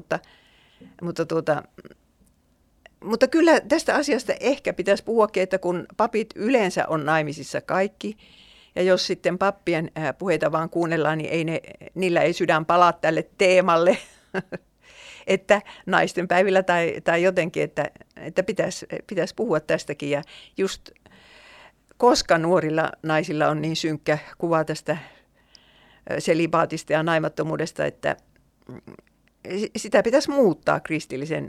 mutta kyllä tästä asiasta ehkä pitäisi puhuakin, että kun papit yleensä on naimisissa kaikki Ja jos sitten pappien puheita vaan kuunnellaan, niin niillä ei sydän palaa tälle teemalle, että naisten päivillä tai jotenkin, että pitäisi puhua tästäkin. Ja just koska nuorilla naisilla on niin synkkä kuva tästä selibaatista ja naimattomuudesta, että sitä pitäisi muuttaa kristillisen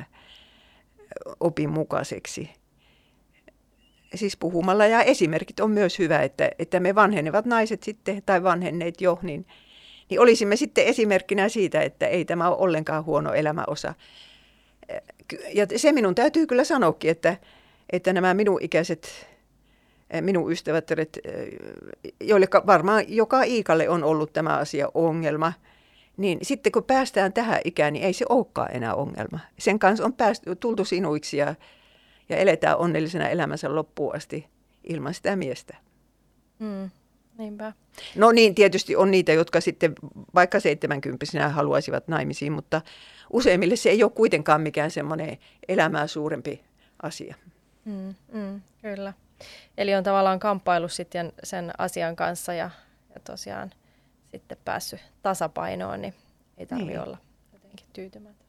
opin mukaiseksi. Siis puhumalla, ja esimerkit on myös hyvä, että me vanhenevat naiset sitten, tai vanhenneet jo, niin olisimme sitten esimerkkinä siitä, että ei tämä ole ollenkaan huono elämäosa. Ja se minun täytyy kyllä sanoakin, että nämä minun ikäiset, minun ystävättäret, joille varmaan joka iikalle on ollut tämä asia ongelma, niin sitten kun päästään tähän ikään, niin ei se olekaan enää ongelma. Sen kanssa on tultu sinuiksi ja eletään onnellisena elämänsä loppuun asti ilman sitä miestä. Niinpä. No niin, tietysti on niitä, jotka sitten vaikka 70-vuotiaana haluaisivat naimisiin, mutta useimmille se ei ole kuitenkaan mikään semmoinen elämää suurempi asia. Kyllä. Eli on tavallaan kamppailu sitten sen asian kanssa ja tosiaan sitten päässyt tasapainoon, niin ei tarvitse olla jotenkin tyytymätön.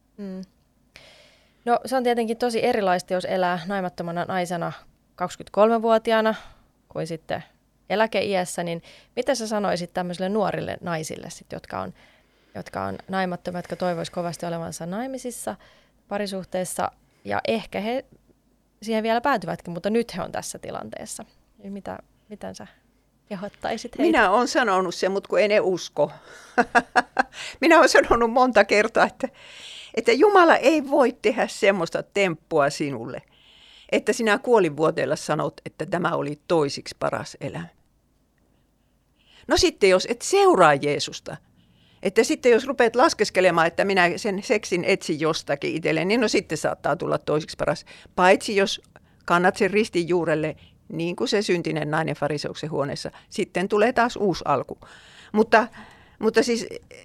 No se on tietenkin tosi erilaista, jos elää naimattomana naisena 23-vuotiaana kuin sitten eläkeiässä, niin mitä sä sanoisit tämmöisille nuorille naisille, sit, jotka on naimattomia, jotka toivoisivat kovasti olevansa naimisissa, parisuhteessa, ja ehkä he siihen vielä päätyvätkin, mutta nyt he on tässä tilanteessa. Miten sä kehottaisit heitä? Minä olen sanonut sen, mutta kun ei ne usko. Minä olen sanonut monta kertaa, että Jumala ei voi tehdä semmoista temppua sinulle, että sinä kuolinvuoteella sanot, että tämä oli toisiksi paras elämä. No sitten jos et seuraa Jeesusta, että sitten jos rupeat laskeskelemaan, että minä sen seksin etsin jostakin itselleen, niin no sitten saattaa tulla toisiksi paras. Paitsi jos kannat sen ristin juurelle, niin kuin se syntinen nainen fariseuksen huoneessa, sitten tulee taas uusi alku. Mutta siis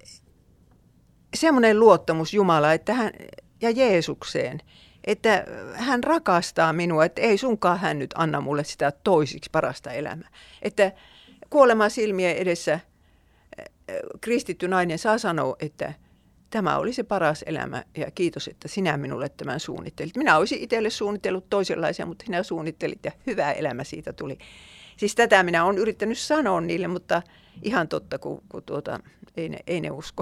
semmoinen luottamus Jumalaan ja Jeesukseen, että hän rakastaa minua, että ei sunkaan hän nyt anna mulle sitä toisiksi parasta elämää. Että kuolema silmien edessä kristitty nainen saa sanoa, että tämä oli se paras elämä ja kiitos, että sinä minulle tämän suunnittelit. Minä olisin itselle suunnitellut toisenlaisia, mutta sinä suunnittelit ja hyvä elämä siitä tuli. Siis tätä minä olen yrittänyt sanoa niille, mutta ihan totta, kun ei ne usko.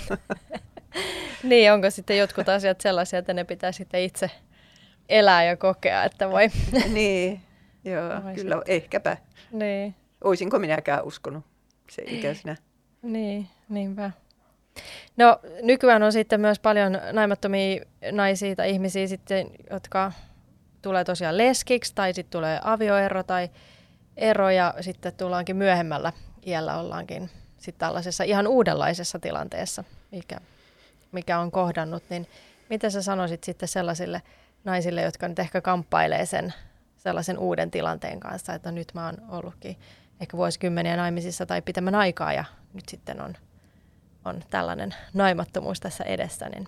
Niin, onko sitten jotkut asiat sellaisia, että ne pitää sitten itse elää ja kokea, että voi. Niin, joo, kyllä ehkäpä. Niin. Oisinko minäkään uskonut se ikäisenä? Niin, niinpä. No nykyään on sitten myös paljon naimattomia naisia tai ihmisiä sitten, jotka tulee tosiaan leskiksi tai sitten tulee avioero tai ero ja sitten tullaankin myöhemmällä iällä ollaankin sitten tällaisessa ihan uudenlaisessa tilanteessa, mikä on kohdannut. Niin mitä sä sanoisit sitten sellaisille naisille, jotka nyt ehkä kamppailee sellaisen uuden tilanteen kanssa, että nyt mä oon ollutkin ehkä vuosikymmeniä naimisissa tai pitemmän aikaa ja nyt sitten on tällainen naimattomuus tässä edessä. Niin.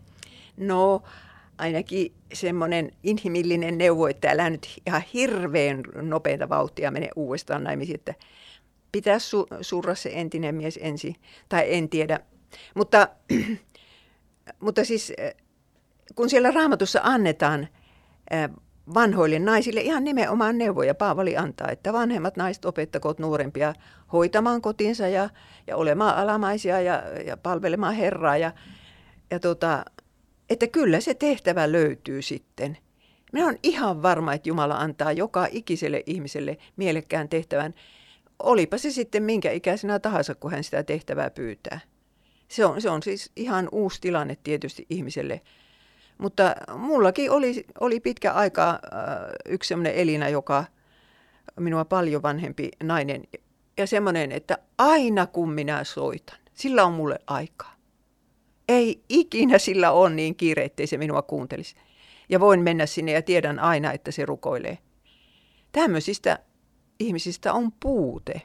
No ainakin semmoinen inhimillinen neuvo, että älä nyt ihan hirveän nopeata vauhtia mene uudestaan naimisiin, että pitäisi surra se entinen mies ensin, tai en tiedä. Mutta siis kun siellä Raamatussa annetaan vanhoille naisille ihan nimenomaan neuvoja, Paavali antaa, että vanhemmat naiset opettakoot nuorempia hoitamaan kotinsa ja olemaan alamaisia ja palvelemaan Herraa. Että kyllä se tehtävä löytyy sitten. Minä olen ihan varma, että Jumala antaa joka ikiselle ihmiselle mielekkään tehtävän. Olipa se sitten minkä ikäisenä tahansa, kun hän sitä tehtävää pyytää. Se on siis ihan uusi tilanne tietysti ihmiselle. Mutta mullakin oli pitkä aika yksi sellainen Elina, joka minua paljon vanhempi nainen. Ja semmoinen, että aina kun minä soitan, sillä on mulle aikaa. Ei ikinä sillä ole niin kiire, ettei se minua kuuntelisi. Ja voin mennä sinne ja tiedän aina, että se rukoilee. Tämmöisistä ihmisistä on puute.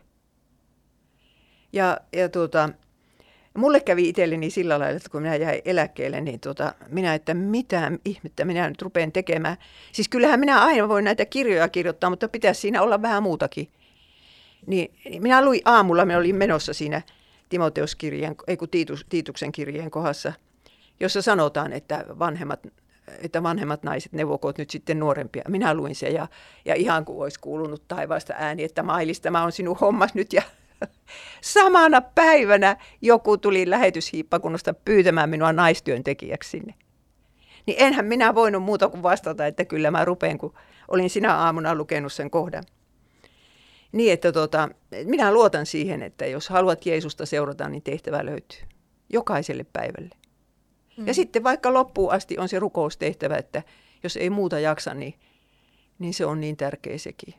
Ja mulle kävi itselleni sillä lailla, että kun minä jäin eläkkeelle, niin minä, että mitä ihmettä minä nyt rupean tekemään. Siis kyllähän minä aina voin näitä kirjoja kirjoittaa, mutta pitäisi siinä olla vähän muutakin. Niin minä luin aamulla, minä olin menossa siinä Tiituksen kirjeen kohdassa, jossa sanotaan, että vanhemmat naiset neuvokoot nyt sitten nuorempia. Minä luin sen ja ihan kuin olisi kuulunut taivaasta ääni, että Mailis, tämä on sinun hommas nyt. Ja samana päivänä joku tuli lähetyshiippakunnasta pyytämään minua naistyöntekijäksi sinne. Niin enhän minä voinut muuta kuin vastata, että kyllä mä rupean, kun olin sinä aamuna lukenut sen kohdan. Niin, että minä luotan siihen, että jos haluat Jeesusta seurata, niin tehtävä löytyy jokaiselle päivälle. Ja sitten vaikka loppuun asti on se rukoustehtävä, että jos ei muuta jaksa, niin se on niin tärkeä sekin.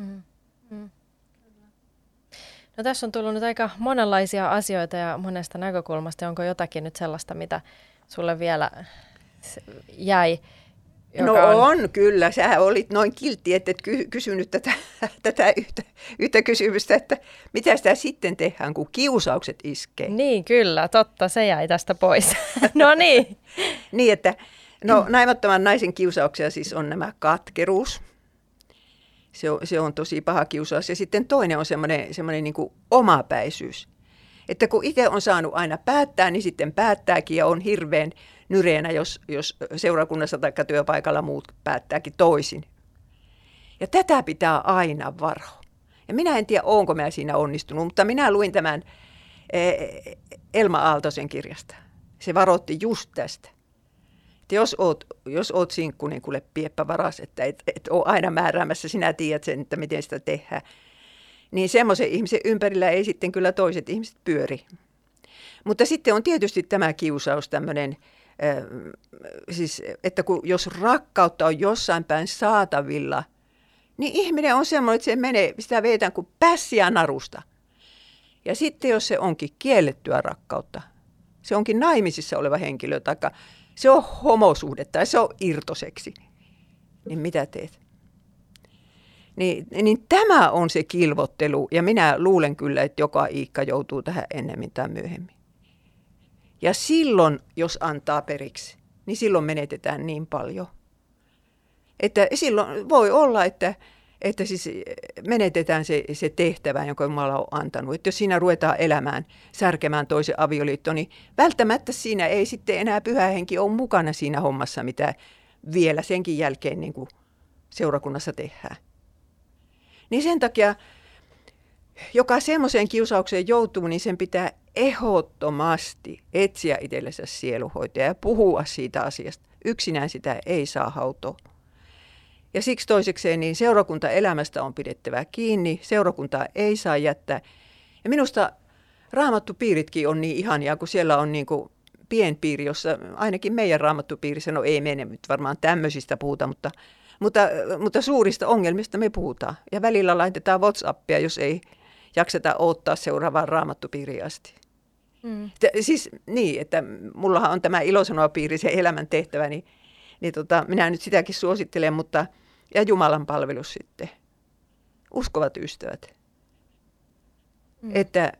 No tässä on tullut nyt aika monenlaisia asioita ja monesta näkökulmasta. Onko jotakin nyt sellaista, mitä sulle vielä jäi? No on kyllä. Sä olit noin kiltti, että et kysynyt tätä yhtä kysymystä, että mitä sitä sitten tehdään, kun kiusaukset iskee. Niin kyllä, totta, se jäi tästä pois. No niin. Niin, että naimattoman naisen kiusauksia siis on nämä katkeruus. Se on tosi paha kiusaus. Ja sitten toinen on semmoinen niin kuin omapäisyys. Että kun itse on saanut aina päättää, niin sitten päättääkin ja on hirveän nyreenä, jos seurakunnassa tai työpaikalla muut päättääkin toisin. Ja tätä pitää aina varoa. Ja minä en tiedä, onko mä siinä onnistunut, mutta minä luin tämän Elma Aaltosen kirjasta. Se varoitti just tästä. Että jos oot sinkku, niin kuule pieppä varas, että et ole aina määräämässä, sinä tiedät sen, että miten sitä tehdään. Niin semmoisen ihmisen ympärillä ei sitten kyllä toiset ihmiset pyöri. Mutta sitten on tietysti tämä kiusaus tämmöinen, siis, että jos rakkautta on jossain päin saatavilla, niin ihminen on semmoinen, että se menee, sitä vetään kuin pässiä narusta. Ja sitten jos se onkin kiellettyä rakkautta, se onkin naimisissa oleva henkilö, tai se on homosuhde tai se on irtoseksi, niin mitä teet? Niin tämä on se kilvottelu, ja minä luulen kyllä, että joka iikka joutuu tähän ennemmin tai myöhemmin. Ja silloin, jos antaa periksi, niin silloin menetetään niin paljon. Että silloin voi olla, että siis menetetään se tehtävä, jonka Jumala on antanut. Että jos siinä ruvetaan elämään, särkemään toisen avioliitto, niin välttämättä siinä ei sitten enää pyhä henki ole mukana siinä hommassa, mitä vielä senkin jälkeen niin kuin seurakunnassa tehdään. Niin sen takia, joka semmoiseen kiusaukseen joutuu, niin sen pitää ehdottomasti etsiä itsellensä sieluhoitaja ja puhua siitä asiasta. Yksinään sitä ei saa hautoa. Ja siksi toisekseen niin seurakuntaelämästä on pidettävä kiinni, seurakuntaa ei saa jättää. Ja minusta raamattupiiritkin on niin ihania, kun siellä on niin kuin pienpiiri, jossa ainakin meidän raamattupiirissä, no ei mene nyt varmaan tämmöisistä puhuta, mutta suurista ongelmista me puhutaan. Ja välillä laitetaan WhatsAppia, jos ei jakseta odottaa seuraavaan raamattupiiriin asti. Siis niin, että mullahan on tämä ilosanomapiiri, se elämän tehtävä, niin minä nyt sitäkin suosittelen, ja Jumalan palvelus sitten. Uskovat ystävät. Että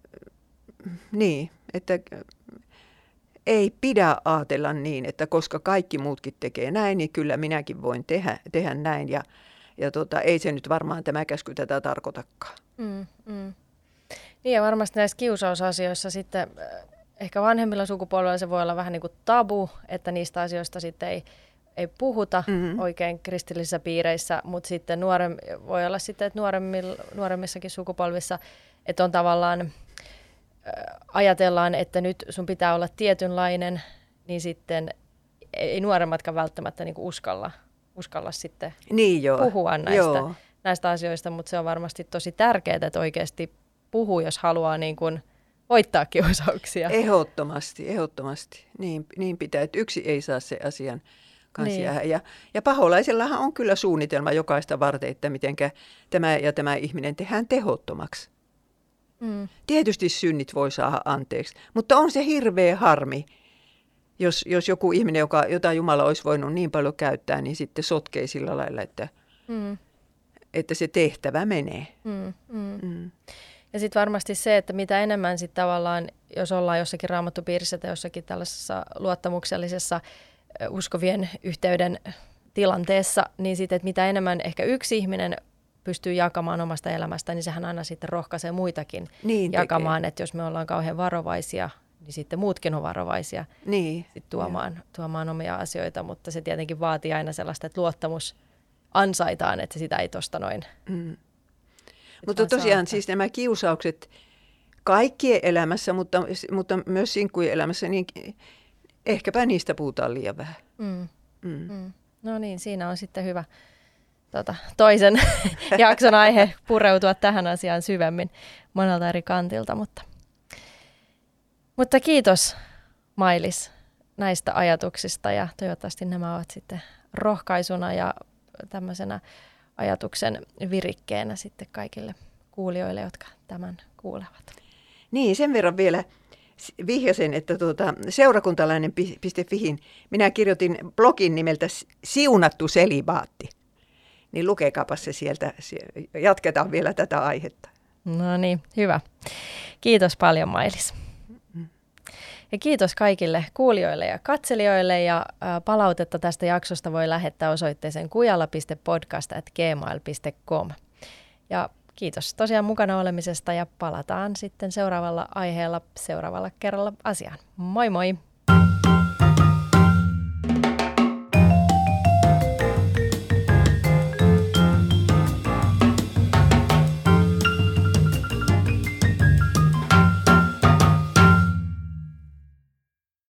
ei pidä ajatella niin, että koska kaikki muutkin tekee näin, niin kyllä minäkin voin tehdä näin. Ja ei se nyt varmaan tämä käsky tätä tarkoitakaan. Niin ja varmasti näissä kiusausasioissa sitten ehkä vanhemmilla sukupolvilla se voi olla vähän niin kuin tabu, että niistä asioista sitten ei puhuta oikein kristillisissä piireissä, mutta sitten voi olla sitten, että nuoremmissakin sukupolvissa, että on tavallaan ajatellaan, että nyt sun pitää olla tietynlainen, niin sitten ei nuoremmatkaan välttämättä niin kuin uskalla sitten puhua näistä asioista, mutta se on varmasti tosi tärkeää, että oikeasti puhuu, jos haluaa niin kuin voittaa kiusauksia. Ehdottomasti. Niin pitää, että yksi ei saa se asian kanssa jäädä. Ja paholaisellahan on kyllä suunnitelma jokaista varten, että miten tämä ihminen tehdään tehottomaksi. Tietysti synnit voi saada anteeksi, mutta on se hirveä harmi, jos joku ihminen, jota Jumala olisi voinut niin paljon käyttää, niin sitten sotkee sillä lailla, että se tehtävä menee. Ja sitten varmasti se, että mitä enemmän sitten tavallaan, jos ollaan jossakin raamattupiirissä tai jossakin tällaisessa luottamuksellisessa uskovien yhteyden tilanteessa, niin sitten, että mitä enemmän ehkä yksi ihminen pystyy jakamaan omasta elämästä, niin sehän aina sitten rohkaisee muitakin niin jakamaan. Että jos me ollaan kauhean varovaisia, niin sitten muutkin on varovaisia niin. tuomaan omia asioita, mutta se tietenkin vaatii aina sellaista, että luottamus ansaitaan, että sitä ei tosta noin. Mutta tosiaan siis nämä kiusaukset kaikkien elämässä, mutta myös sinkkujen elämässä, niin ehkäpä niistä puhutaan liian vähän. No niin, siinä on sitten hyvä toisen jakson aihe pureutua tähän asiaan syvemmin monelta eri kantilta. Mutta kiitos Mailis näistä ajatuksista ja toivottavasti nämä ovat sitten rohkaisuna ja tämmöisenä ajatuksen virikkeenä sitten kaikille kuulijoille, jotka tämän kuulevat. Niin, sen verran vielä vihjasin, että seurakuntalainen.fihin minä kirjoitin blogin nimeltä Siunattu selibaatti. Niin lukekaapa se sieltä, jatketaan vielä tätä aihetta. No niin, hyvä. Kiitos paljon Mailis. Ja kiitos kaikille kuulijoille ja katselijoille ja palautetta tästä jaksosta voi lähettää osoitteeseen kujalla.podcast@gmail.com. Ja kiitos tosiaan mukana olemisesta ja palataan sitten seuraavalla aiheella seuraavalla kerralla asiaan. Moi moi!